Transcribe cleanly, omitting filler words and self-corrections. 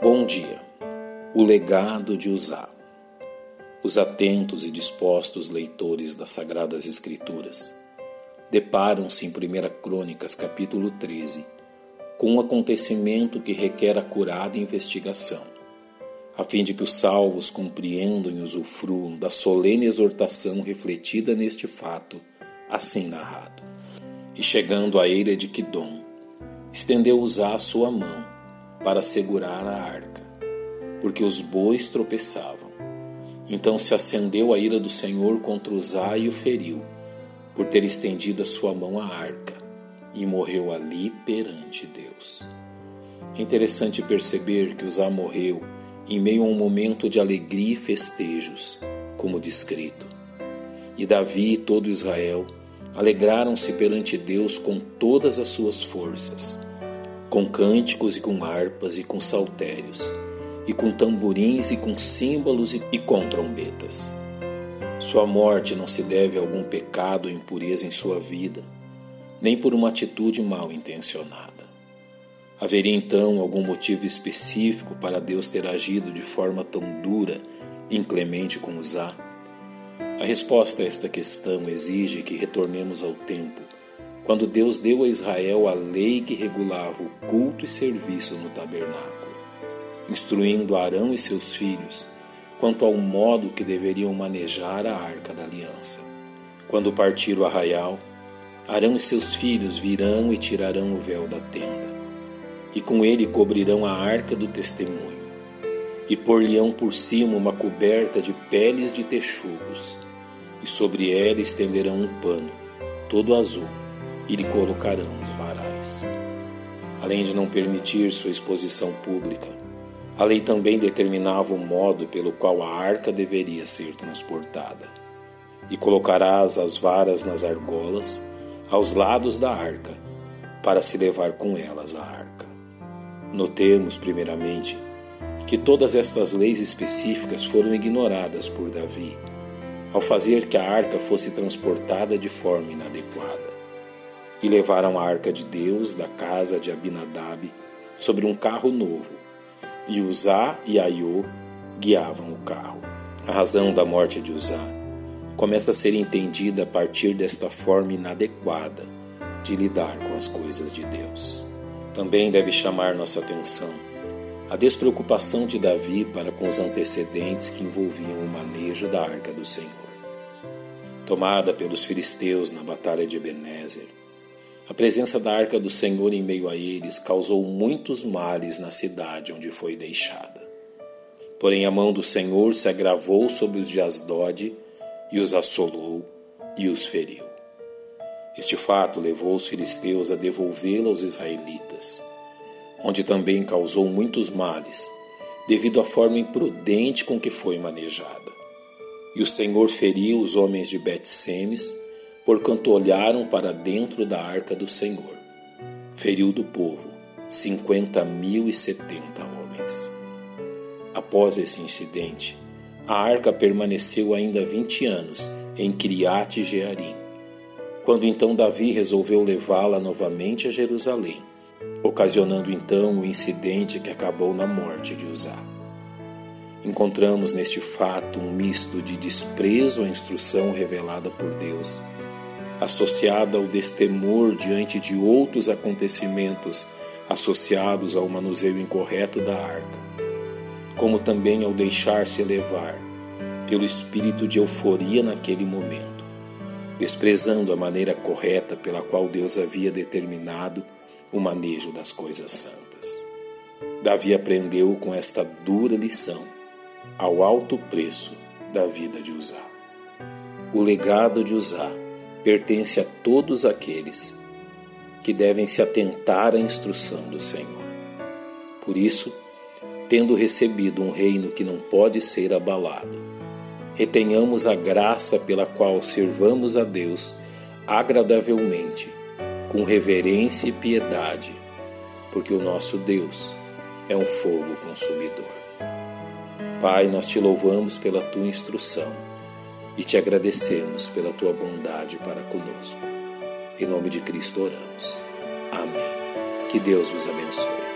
Bom dia. O legado de Uzá. Os atentos e dispostos leitores das Sagradas Escrituras deparam-se em 1 Crônicas, capítulo 13, com um acontecimento que requer acurada investigação, a fim de que os salvos compreendam e usufruam da solene exortação refletida neste fato, assim narrado. E chegando à eira de Quidom, estendeu Uzá a sua mão para segurar a arca, porque os bois tropeçavam. Então se acendeu a ira do Senhor contra Uzá e o feriu, por ter estendido a sua mão à arca, e morreu ali perante Deus. É interessante perceber que Uzá morreu em meio a um momento de alegria e festejos, como descrito. E Davi e todo Israel alegraram-se perante Deus com todas as suas forças, com cânticos e com harpas e com saltérios, e com tamborins e com símbolos e com trombetas. Sua morte não se deve a algum pecado ou impureza em sua vida, nem por uma atitude mal intencionada. Haveria então algum motivo específico para Deus ter agido de forma tão dura e inclemente com Uzá? A resposta a esta questão exige que retornemos ao tempo quando Deus deu a Israel a lei que regulava o culto e serviço no tabernáculo, instruindo Arão e seus filhos quanto ao modo que deveriam manejar a arca da aliança. Quando partir o arraial, Arão e seus filhos virão e tirarão o véu da tenda, e com ele cobrirão a arca do testemunho, e por-lhe-ão por cima uma coberta de peles de texugos, e sobre ela estenderão um pano, todo azul, e lhe colocarão os varais. Além de não permitir sua exposição pública, a lei também determinava o modo pelo qual a arca deveria ser transportada. E colocarás as varas nas argolas, aos lados da arca, para se levar com elas a arca. Notemos, primeiramente, que todas estas leis específicas foram ignoradas por Davi, ao fazer que a arca fosse transportada de forma inadequada. E levaram a arca de Deus da casa de Abinadab sobre um carro novo, e Uzá e Aiô guiavam o carro. A razão da morte de Uzá começa a ser entendida a partir desta forma inadequada de lidar com as coisas de Deus. Também deve chamar nossa atenção a despreocupação de Davi para com os antecedentes que envolviam o manejo da arca do Senhor. Tomada pelos filisteus na batalha de Ebenezer, a presença da arca do Senhor em meio a eles causou muitos males na cidade onde foi deixada. Porém a mão do Senhor se agravou sobre os de Asdod e os assolou e os feriu. Este fato levou os filisteus a devolvê-la aos israelitas, onde também causou muitos males, devido à forma imprudente com que foi manejada. E o Senhor feriu os homens de Bet-Semes, porquanto olharam para dentro da arca do Senhor. Feriu do povo 50.070 homens. Após esse incidente, a arca permaneceu ainda 20 anos em Criate Jearim, quando então Davi resolveu levá-la novamente a Jerusalém, ocasionando então o incidente que acabou na morte de Uzá. Encontramos neste fato um misto de desprezo à instrução revelada por Deus, associada ao destemor diante de outros acontecimentos associados ao manuseio incorreto da arca, como também ao deixar-se levar pelo espírito de euforia naquele momento, desprezando a maneira correta pela qual Deus havia determinado o manejo das coisas santas. Davi aprendeu com esta dura lição ao alto preço da vida de Uzá. O legado de Uzá pertence a todos aqueles que devem se atentar à instrução do Senhor. Por isso, tendo recebido um reino que não pode ser abalado, retenhamos a graça pela qual servamos a Deus agradavelmente, com reverência e piedade, porque o nosso Deus é um fogo consumidor. Pai, nós te louvamos pela tua instrução e te agradecemos pela tua bondade para conosco. Em nome de Cristo oramos. Amém. Que Deus vos abençoe.